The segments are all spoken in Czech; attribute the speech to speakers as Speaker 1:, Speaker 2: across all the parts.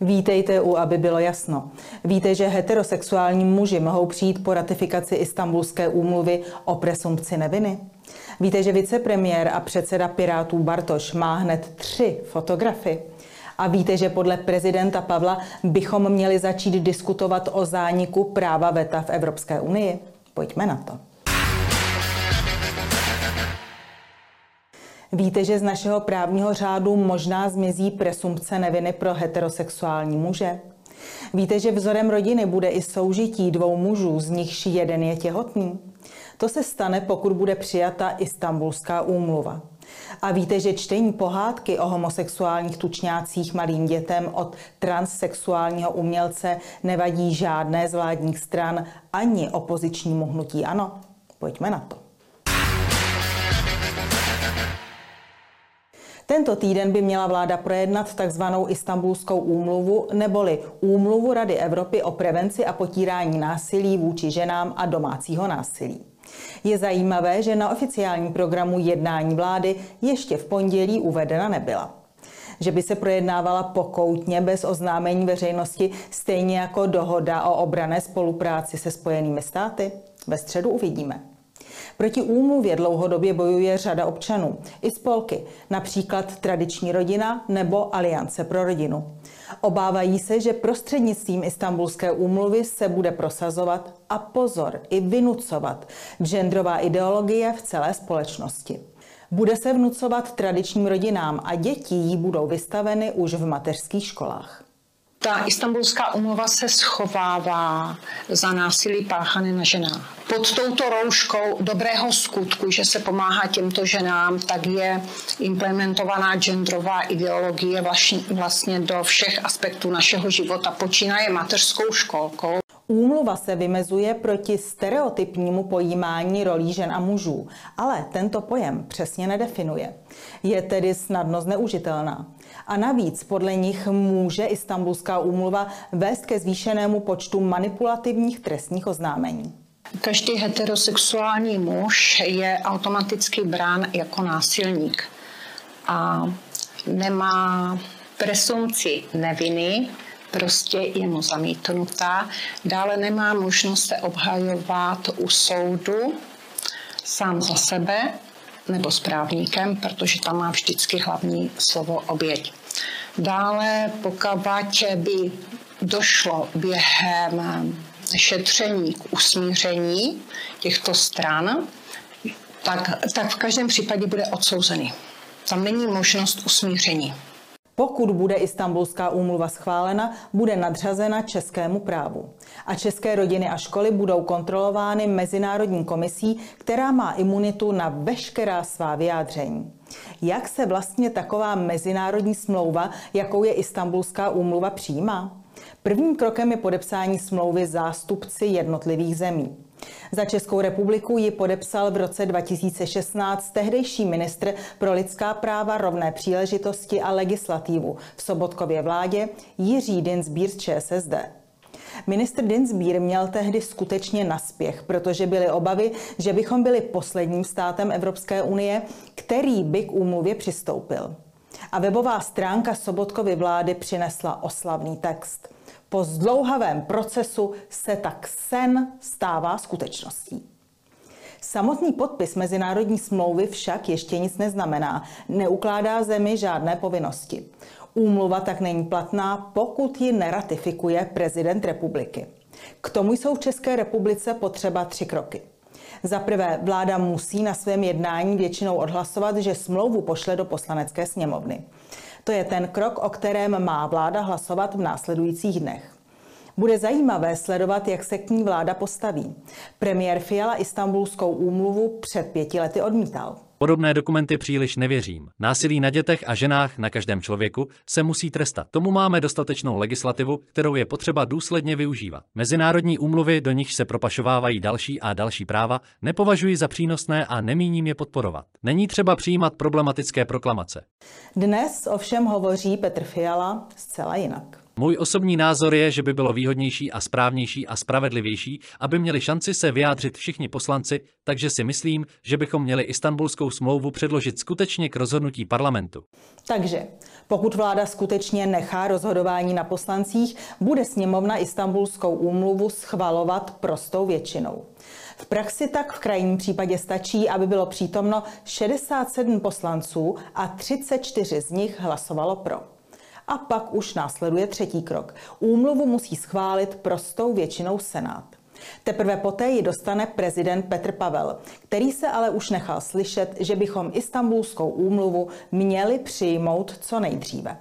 Speaker 1: Vítejte u Aby bylo jasno. Víte, že heterosexuální muži mohou přijít po ratifikaci Istanbulské úmluvy o presumpci neviny? Víte, že vicepremiér a předseda Pirátů Bartoš má hned 3 fotografy? A víte, že podle prezidenta Pavla bychom měli začít diskutovat o zániku práva veta v Evropské unii? Pojďme na to. Víte, že z našeho právního řádu možná zmizí presumpce neviny pro heterosexuální muže? Víte, že vzorem rodiny bude i soužití 2 mužů, z nichž jeden je těhotný? To se stane, pokud bude přijata Istanbulská úmluva. A víte, že čtení pohádky o homosexuálních tučňácích malým dětem od transsexuálního umělce nevadí žádné z vládních stran ani opozičnímu hnutí ANO? Pojďme na to. Tento týden by měla vláda projednat takzvanou Istanbulskou úmluvu neboli Úmluvu Rady Evropy o prevenci a potírání násilí vůči ženám a domácího násilí. Je zajímavé, že na oficiálním programu jednání vlády ještě v pondělí uvedena nebyla. Že by se projednávala pokoutně bez oznámení veřejnosti, stejně jako dohoda o obranné spolupráci se Spojenými státy? Ve středu uvidíme. Proti úmluvě dlouhodobě bojuje řada občanů, i spolky, například Tradiční rodina nebo Aliance pro rodinu. Obávají se, že prostřednictvím Istanbulské úmluvy se bude prosazovat a pozor, i vynucovat genderová ideologie v celé společnosti. Bude se vnucovat tradičním rodinám a děti jí budou vystaveny už v mateřských školách.
Speaker 2: Ta Istanbulská úmluva se schovává za násilí páchané na ženách. Pod touto rouškou dobrého skutku, že se pomáhá těmto ženám, tak je implementovaná genderová ideologie vlastně do všech aspektů našeho života, počínaje mateřskou školkou.
Speaker 1: Úmluva se vymezuje proti stereotypnímu pojímání rolí žen a mužů, ale tento pojem přesně nedefinuje. Je tedy snadno zneužitelná. A navíc podle nich může Istanbulská úmluva vést ke zvýšenému počtu manipulativních trestních oznámení.
Speaker 2: Každý heterosexuální muž je automaticky brán jako násilník a nemá presumpci neviny, prostě je mu zamítnutá. Dále nemá možnost se obhajovat u soudu sám za sebe nebo s právníkem, protože tam má vždycky hlavní slovo oběť. Dále, pokud by došlo během šetření k usmíření těchto stran, tak v každém případě bude odsouzený. Tam není možnost usmíření.
Speaker 1: Pokud bude Istanbulská úmluva schválena, bude nadřazena českému právu. A české rodiny a školy budou kontrolovány Mezinárodní komisí, která má imunitu na veškerá svá vyjádření. Jak se vlastně taková mezinárodní smlouva, jakou je Istanbulská úmluva, přijímá? Prvním krokem je podepsání smlouvy zástupci jednotlivých zemí. Za Českou republiku ji podepsal v roce 2016 tehdejší ministr pro lidská práva, rovné příležitosti a legislativu v Sobotkově vládě Jiří Dienstbier z ČSSD. Ministr Dienstbier měl tehdy skutečně naspěch, protože byly obavy, že bychom byli posledním státem Evropské unie, který by k úmluvě přistoupil. A webová stránka Sobotkovy vlády přinesla oslavný text. Po zdlouhavém procesu se tak sen stává skutečností. Samotný podpis mezinárodní smlouvy však ještě nic neznamená, neukládá zemi žádné povinnosti. Úmluva tak není platná, pokud ji neratifikuje prezident republiky. K tomu jsou v České republice potřeba 3 kroky. Za prvé, vláda musí na svém jednání většinou odhlasovat, že smlouvu pošle do Poslanecké sněmovny. To je ten krok, o kterém má vláda hlasovat v následujících dnech. Bude zajímavé sledovat, jak se k ní vláda postaví. Premiér Fiala Istanbulskou úmluvu před 5 lety odmítal.
Speaker 3: Podobné dokumenty příliš nevěřím. Násilí na dětech a ženách, na každém člověku, se musí trestat. Tomu máme dostatečnou legislativu, kterou je potřeba důsledně využívat. Mezinárodní úmluvy, do nichž se propašovávají další a další práva, nepovažuji za přínosné a nemíním je podporovat. Není třeba přijímat problematické proklamace.
Speaker 1: Dnes ovšem hovoří Petr Fiala zcela jinak.
Speaker 3: Můj osobní názor je, že by bylo výhodnější a správnější a spravedlivější, aby měli šanci se vyjádřit všichni poslanci, takže si myslím, že bychom měli Istanbulskou smlouvu předložit skutečně k rozhodnutí parlamentu.
Speaker 1: Takže pokud vláda skutečně nechá rozhodování na poslancích, bude sněmovna Istanbulskou úmluvu schvalovat prostou většinou. V praxi tak v krajním případě stačí, aby bylo přítomno 67 poslanců a 34 z nich hlasovalo pro. A pak už následuje třetí krok. Úmluvu musí schválit prostou většinou Senát. Teprve poté ji dostane prezident Petr Pavel, který se ale už nechal slyšet, že bychom Istanbulskou úmluvu měli přijmout co nejdříve.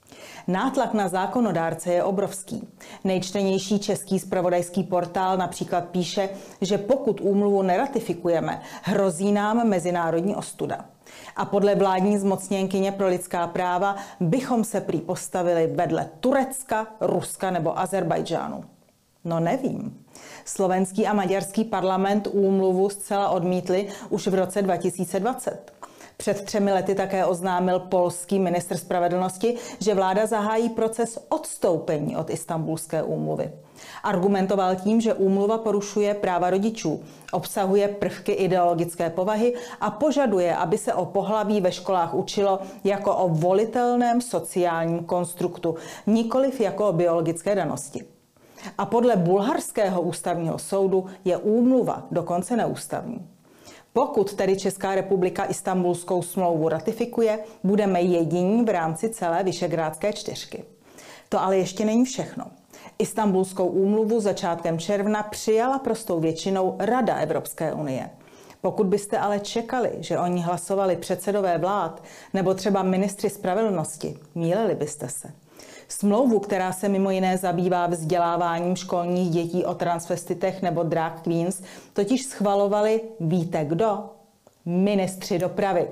Speaker 1: Nátlak na zákonodárce je obrovský. Nejčtenější český zpravodajský portál například píše, že pokud úmluvu neratifikujeme, hrozí nám mezinárodní ostuda. A podle vládní zmocněnkyně pro lidská práva bychom se prý postavili vedle Turecka, Ruska nebo Azerbajdžánu. No nevím. Slovenský a maďarský parlament úmluvu zcela odmítli už v roce 2020. Před 3 lety také oznámil polský ministr spravedlnosti, že vláda zahájí proces odstoupení od Istanbulské úmluvy. Argumentoval tím, že úmluva porušuje práva rodičů, obsahuje prvky ideologické povahy a požaduje, aby se o pohlaví ve školách učilo jako o volitelném sociálním konstruktu, nikoliv jako o biologické danosti. A podle bulharského ústavního soudu je úmluva dokonce neústavní. Pokud tedy Česká republika Istanbulskou smlouvu ratifikuje, budeme jediní v rámci celé Visegrádské čtyřky. To ale ještě není všechno. Istanbulskou úmluvu začátkem června přijala prostou většinou Rada Evropské unie. Pokud byste ale čekali, že o ní hlasovali předsedové vlád nebo třeba ministři spravedlnosti, mýlili byste se. Smlouvu, která se mimo jiné zabývá vzděláváním školních dětí o transvestitech nebo drag queens, totiž schvalovali, víte kdo? Ministři dopravy.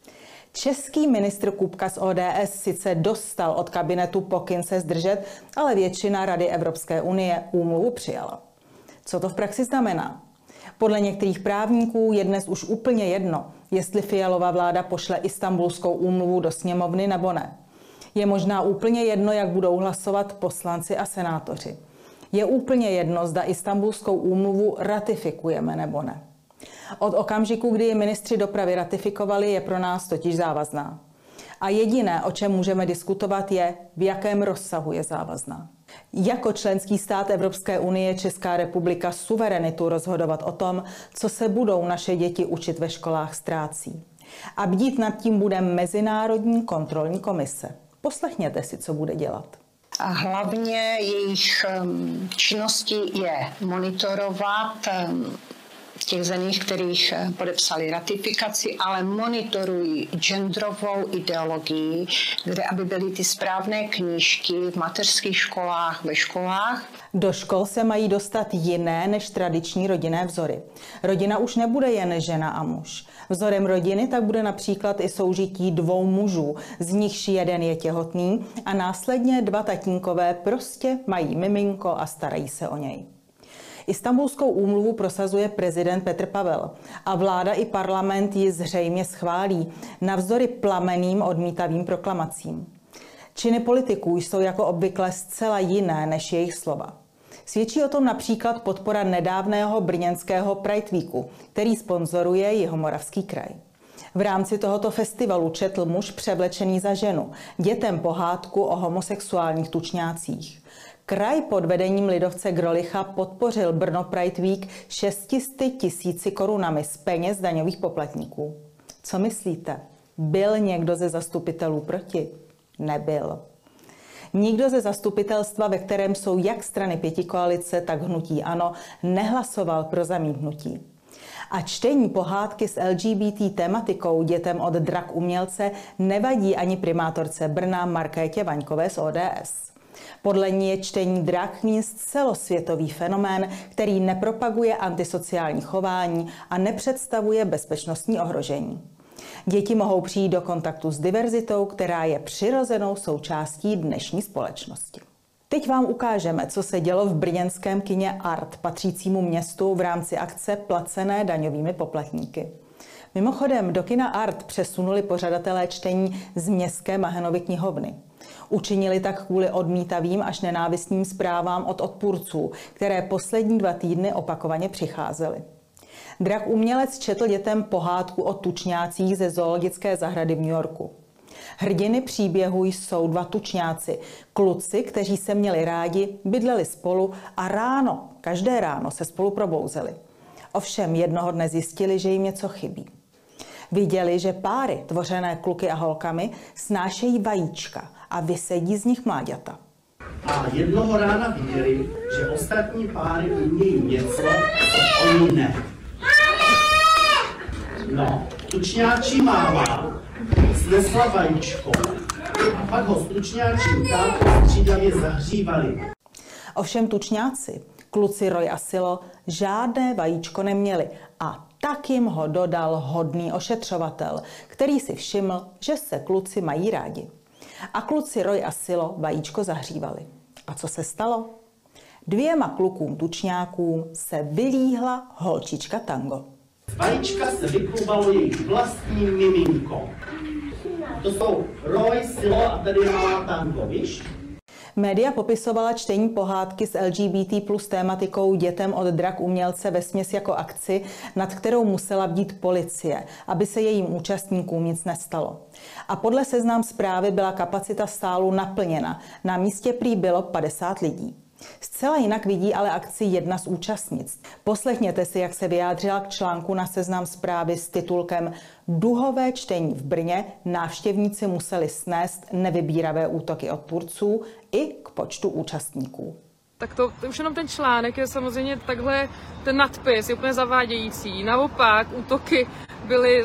Speaker 1: Český ministr Kupka z ODS sice dostal od kabinetu pokyn se zdržet, ale většina Rady Evropské unie úmluvu přijala. Co to v praxi znamená? Podle některých právníků je dnes už úplně jedno, jestli Fialova vláda pošle Istanbulskou úmluvu do sněmovny nebo ne. Je možná úplně jedno, jak budou hlasovat poslanci a senátoři. Je úplně jedno, zda Istanbulskou úmluvu ratifikujeme nebo ne. Od okamžiku, kdy ji ministři dopravy ratifikovali, je pro nás totiž závazná. A jediné, o čem můžeme diskutovat, je, v jakém rozsahu je závazná. Jako členský stát Evropské unie Česká republika suverenitu rozhodovat o tom, co se budou naše děti učit ve školách, ztrácí. A bdít nad tím bude Mezinárodní kontrolní komise. Poslechněte si, co bude dělat.
Speaker 2: A hlavně jejich činností je monitorovat v těch zemích, kterých podepsali ratifikaci, ale monitorují genderovou ideologii, kde aby byly ty správné knížky v mateřských školách, ve školách.
Speaker 1: Do škol se mají dostat jiné než tradiční rodinné vzory. Rodina už nebude jen žena a muž. Vzorem rodiny tak bude například i soužití 2 mužů, z nichž jeden je těhotný a následně 2 tatínkové prostě mají miminko a starají se o něj. Istanbulskou úmluvu prosazuje prezident Petr Pavel a vláda i parlament ji zřejmě schválí, navzdory plamenným odmítavým proklamacím. Činy politiků jsou jako obvykle zcela jiné než jejich slova. Svědčí o tom například podpora nedávného brněnského Pride Weeku, který sponzoruje Jihomoravský kraj. V rámci tohoto festivalu četl muž převlečený za ženu dětem pohádku o homosexuálních tučňácích. Kraj pod vedením lidovce Grolicha podpořil Brno Pride Week 600 000 korunami z peněz daňových poplatníků. Co myslíte? Byl někdo ze zastupitelů proti? Nebyl. Nikdo ze zastupitelstva, ve kterém jsou jak strany pětikoalice, tak hnutí ANO, nehlasoval pro zamítnutí. A čtení pohádky s LGBT tematikou dětem od drag umělce nevadí ani primátorce Brna Markétě Vaňkové z ODS. Podle ní je čtení drag queens celosvětový fenomén, který nepropaguje antisociální chování a nepředstavuje bezpečnostní ohrožení. Děti mohou přijít do kontaktu s diverzitou, která je přirozenou součástí dnešní společnosti. Teď vám ukážeme, co se dělo v brněnském kině Art, patřícímu městu v rámci akce placené daňovými poplatníky. Mimochodem, do kina Art přesunuli pořadatelé čtení z městské Mahenovy knihovny. Učinili tak kvůli odmítavým až nenávistným zprávám od odpůrců, které poslední 2 týdny opakovaně přicházely. Drah umělec četl dětem pohádku o tučňácích ze zoologické zahrady v New Yorku. Hrdiny příběhu jsou 2 tučňáci, kluci, kteří se měli rádi, bydleli spolu a každé ráno se spolu probouzeli. Ovšem jednoho dne zjistili, že jim něco chybí. Viděli, že páry, tvořené kluky a holkami, snášejí vajíčka a vysedí z nich mláďata.
Speaker 4: A jednoho rána viděli, že ostatní páry umějí něco, co oni ne. No, tučňáčí máma snesla vajíčko a pak ho s tučňáčím tátou střídavě zahřívali.
Speaker 1: Ovšem tučňáci, kluci Roy a Silo, žádné vajíčko neměli a tak jim ho dodal hodný ošetřovatel, který si všiml, že se kluci mají rádi. A kluci Roy a Silo vajíčko zahřívali. A co se stalo? 2 klukům tučňákům se vylíhla holčička Tango.
Speaker 4: Z vajíčka se vyklubalo jejich vlastní miminko. To jsou Roy, Silo a tady je malá Tango, víš?
Speaker 1: Média popisovala čtení pohádky s LGBT plus tématikou dětem od drah umělce vesměs jako akci, nad kterou musela bdít policie, aby se jejím účastníkům nic nestalo. A podle Seznam Zprávy byla kapacita sálu naplněna. Na místě prý bylo 50 lidí. Zcela jinak vidí ale akci jedna z účastnic. Poslechněte si, jak se vyjádřila k článku na Seznam Zprávy s titulkem Duhové čtení v Brně, návštěvníci museli snést nevybíravé útoky odpůrců i k počtu účastníků.
Speaker 5: Tak to už jenom ten článek je samozřejmě takhle, ten nadpis je úplně zavádějící. Naopak útoky byly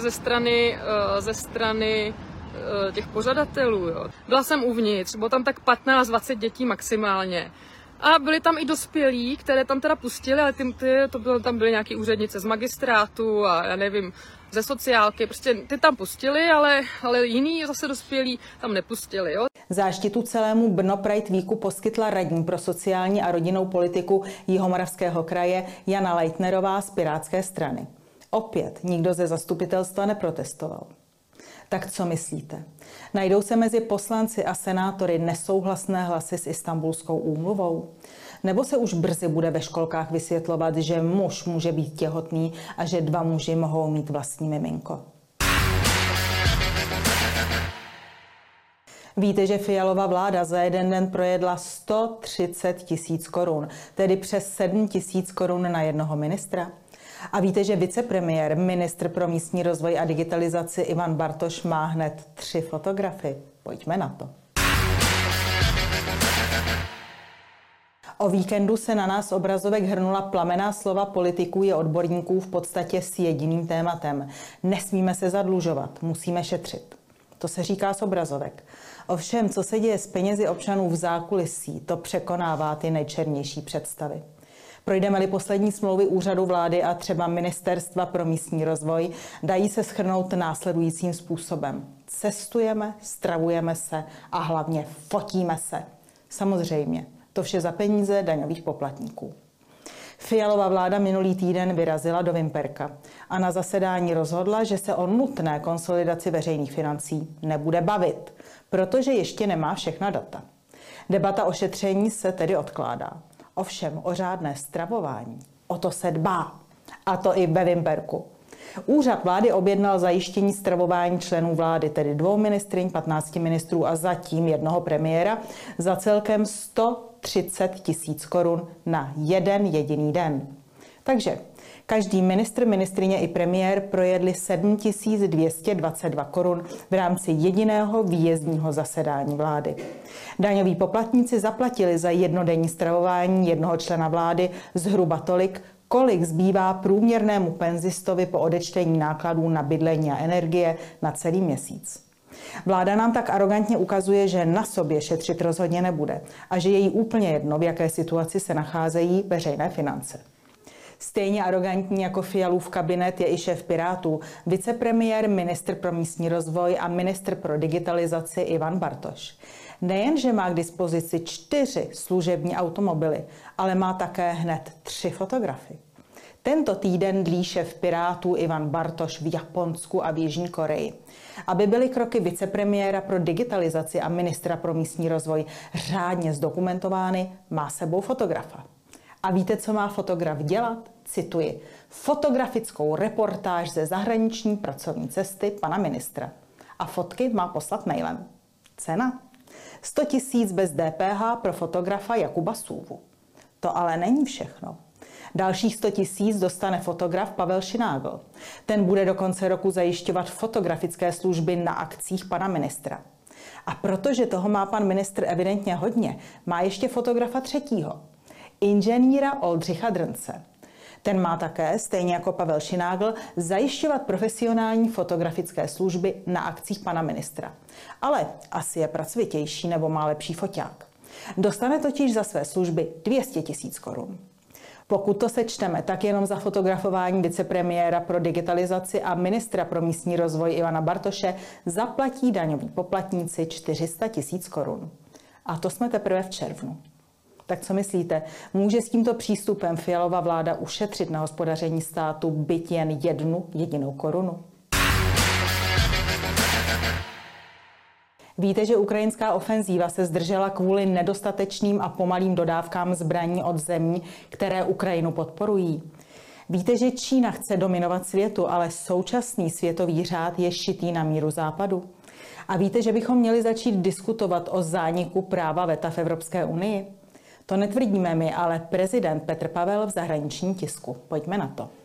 Speaker 5: ze strany těch pořadatelů. Jo. Byla jsem uvnitř, bylo tam tak 15-20 dětí maximálně. A byli tam i dospělí, které tam teda pustili, ale tam byly nějaký úřednice z magistrátu a já nevím, ze sociálky. Prostě ty tam pustili, ale jiní zase dospělí tam nepustili. Jo.
Speaker 1: Záštitu celému Brno Pride Weeku poskytla radní pro sociální a rodinnou politiku Jihomoravského kraje Jana Leitnerová z Pirátské strany. Opět nikdo ze zastupitelstva neprotestoval. Tak co myslíte? Najdou se mezi poslanci a senátory nesouhlasné hlasy s Istanbulskou úmluvou? Nebo se už brzy bude ve školkách vysvětlovat, že muž může být těhotný a že 2 muži mohou mít vlastní miminko? Víte, že Fialova vláda za jeden den projedla 130 000 korun, tedy přes 7 000 korun na jednoho ministra? A víte, že vicepremiér, ministr pro místní rozvoj a digitalizaci Ivan Bartoš má hned 3 fotografy? Pojďme na to. O víkendu se na nás obrazovek hrnula plamenná slova politiků i odborníků v podstatě s jediným tématem. Nesmíme se zadlužovat, musíme šetřit. To se říká z obrazovek. Ovšem, co se děje s penězi občanů v zákulisí, to překonává ty nejčernější představy. Projdeme-li poslední smlouvy úřadu vlády a třeba Ministerstva pro místní rozvoj, dají se shrnout následujícím způsobem. Cestujeme, stravujeme se a hlavně fotíme se. Samozřejmě, to vše za peníze daňových poplatníků. Fialova vláda minulý týden vyrazila do Vimperka a na zasedání rozhodla, že se o nutné konsolidaci veřejných financí nebude bavit, protože ještě nemá všechna data. Debata o šetření se tedy odkládá. Ovšem o řádné stravování, o to se dbá. A to i ve Vimperku. Úřad vlády objednal zajištění stravování členů vlády, tedy 2 ministryň, 15 ministrů a zatím 1 premiéra, za celkem 130 000 korun na jeden jediný den. Takže každý ministr, ministryně i premiér projedli 7 222 korun v rámci jediného výjezdního zasedání vlády. Daňoví poplatníci zaplatili za jednodenní stravování jednoho člena vlády zhruba tolik, kolik zbývá průměrnému penzistovi po odečtení nákladů na bydlení a energie na celý měsíc. Vláda nám tak arogantně ukazuje, že na sobě šetřit rozhodně nebude a že je jí úplně jedno, v jaké situaci se nacházejí veřejné finance. Stejně arogantní jako Fialův kabinet je i šéf Pirátů, vicepremiér, ministr pro místní rozvoj a ministr pro digitalizaci Ivan Bartoš. Nejenže má k dispozici 4 služební automobily, ale má také hned 3 fotografy. Tento týden dlí šéf Pirátů Ivan Bartoš v Japonsku a v Jižní Koreji. Aby byly kroky vicepremiéra pro digitalizaci a ministra pro místní rozvoj řádně zdokumentovány, má sebou fotografa. A víte, co má fotograf dělat? Cituji. Fotografickou reportáž ze zahraniční pracovní cesty pana ministra. A fotky má poslat mailem. Cena? 100 000 bez DPH pro fotografa Jakuba Sůvu. To ale není všechno. Dalších 100 000 dostane fotograf Pavel Šinágl. Ten bude do konce roku zajišťovat fotografické služby na akcích pana ministra. A protože toho má pan ministr evidentně hodně, má ještě fotografa třetího. Inženýra Oldřicha Drnce. Ten má také, stejně jako Pavel Šinágl, zajišťovat profesionální fotografické služby na akcích pana ministra. Ale asi je pracovitější nebo má lepší foťák. Dostane totiž za své služby 200 000 korun. Pokud to sečteme, tak jenom za fotografování vicepremiéra pro digitalizaci a ministra pro místní rozvoj Ivana Bartoše zaplatí daňoví poplatníci 400 000 korun. A to jsme teprve v červnu. Tak co myslíte, může s tímto přístupem Fialova vláda ušetřit na hospodaření státu byť jen 1 jedinou korunu? Víte, že ukrajinská ofenzíva se zdržela kvůli nedostatečným a pomalým dodávkám zbraní od zemí, které Ukrajinu podporují? Víte, že Čína chce dominovat světu, ale současný světový řád je šitý na míru Západu? A víte, že bychom měli začít diskutovat o zániku práva veta v Evropské unii? To netvrdíme my, ale prezident Petr Pavel v zahraničním tisku. Pojďme na to.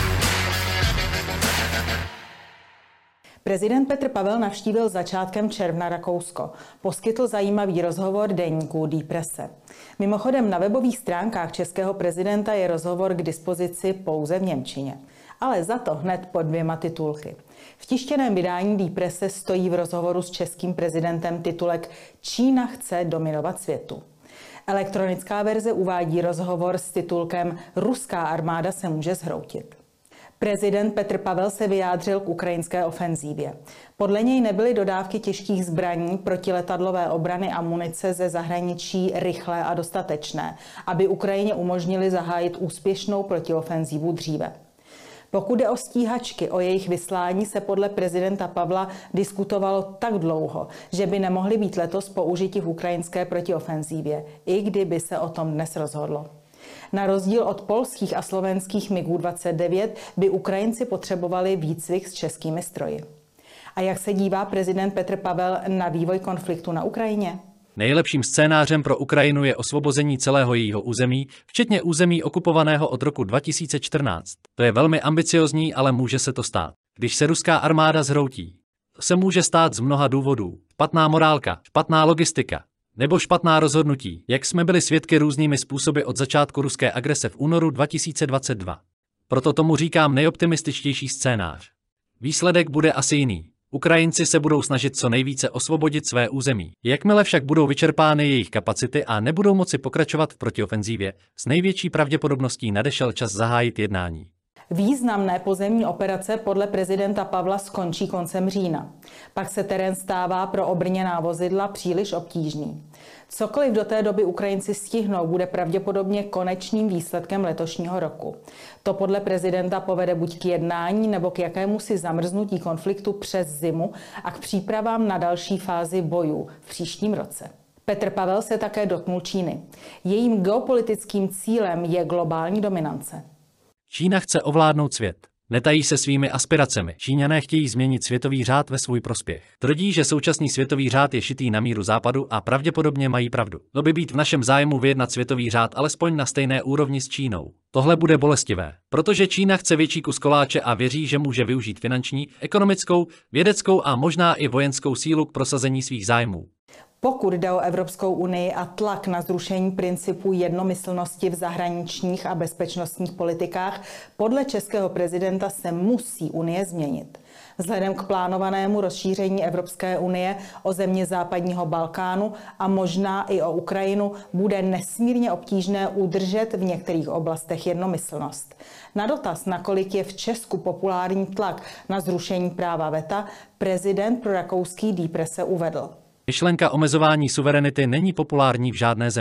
Speaker 1: Prezident Petr Pavel navštívil začátkem června Rakousko. Poskytl zajímavý rozhovor deníku Die Presse. Mimochodem na webových stránkách českého prezidenta je rozhovor k dispozici pouze v němčině. Ale za to hned pod 2 titulky. V tištěném vydání Die Presse stojí v rozhovoru s českým prezidentem titulek Čína chce dominovat světu. Elektronická verze uvádí rozhovor s titulkem Ruská armáda se může zhroutit. Prezident Petr Pavel se vyjádřil k ukrajinské ofenzívě. Podle něj nebyly dodávky těžkých zbraní, protiletadlové obrany a munice ze zahraničí rychlé a dostatečné, aby Ukrajině umožnili zahájit úspěšnou protiofenzívu dříve. Pokud jde o stíhačky, o jejich vyslání se podle prezidenta Pavla diskutovalo tak dlouho, že by nemohly být letos použiti v ukrajinské protiofenzívě, i kdyby se o tom dnes rozhodlo. Na rozdíl od polských a slovenských MiG-29 by Ukrajinci potřebovali výcvik s českými stroji. A jak se dívá prezident Petr Pavel na vývoj konfliktu na Ukrajině?
Speaker 3: Nejlepším scénářem pro Ukrajinu je osvobození celého jejího území, včetně území okupovaného od roku 2014. To je velmi ambiciozní, ale může se to stát. Když se ruská armáda zhroutí, to se může stát z mnoha důvodů. Špatná morálka, špatná logistika nebo špatná rozhodnutí, jak jsme byli svědky různými způsoby od začátku ruské agrese v únoru 2022. Proto tomu říkám nejoptimističtější scénář. Výsledek bude asi jiný. Ukrajinci se budou snažit co nejvíce osvobodit své území. Jakmile však budou vyčerpány jejich kapacity a nebudou moci pokračovat v protiofenzívě, s největší pravděpodobností nadešel čas zahájit jednání.
Speaker 1: Významné pozemní operace podle prezidenta Pavla skončí koncem října. Pak se terén stává pro obrněná vozidla příliš obtížný. Cokoliv do té doby Ukrajinci stihnou, bude pravděpodobně konečným výsledkem letošního roku. To podle prezidenta povede buď k jednání nebo k jakémusi zamrznutí konfliktu přes zimu a k přípravám na další fázi bojů v příštím roce. Petr Pavel se také dotknul Číny. Jejím geopolitickým cílem je globální dominance.
Speaker 3: Čína chce ovládnout svět. Netají se svými aspiracemi. Číňané chtějí změnit světový řád ve svůj prospěch. Tvrdí, že současný světový řád je šitý na míru Západu a pravděpodobně mají pravdu. To by být v našem zájmu vyjednat světový řád alespoň na stejné úrovni s Čínou. Tohle bude bolestivé, protože Čína chce větší kus koláče a věří, že může využít finanční, ekonomickou, vědeckou a možná i vojenskou sílu k prosazení svých zájmů.
Speaker 1: Pokud jde o Evropskou unii a tlak na zrušení principu jednomyslnosti v zahraničních a bezpečnostních politikách, podle českého prezidenta se musí Unie změnit. Vzhledem k plánovanému rozšíření Evropské unie o země západního Balkánu a možná i o Ukrajinu bude nesmírně obtížné udržet v některých oblastech jednomyslnost. Na dotaz, nakolik je v Česku populární tlak na zrušení práva veta, prezident pro rakouský Die Presse uvedl.
Speaker 3: Myšlenka omezování suverenity není populární v žádné zemi.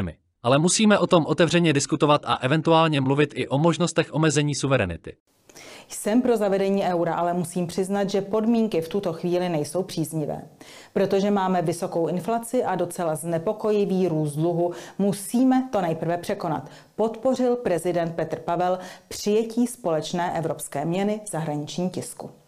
Speaker 3: Ale musíme o tom otevřeně diskutovat a eventuálně mluvit i o možnostech omezení suverenity.
Speaker 1: Jsem pro zavedení eura, ale musím přiznat, že podmínky v tuto chvíli nejsou příznivé. Protože máme vysokou inflaci a docela znepokojivý růst dluhu, musíme to nejprve překonat. Podpořil prezident Petr Pavel přijetí společné evropské měny v zahraničním tisku.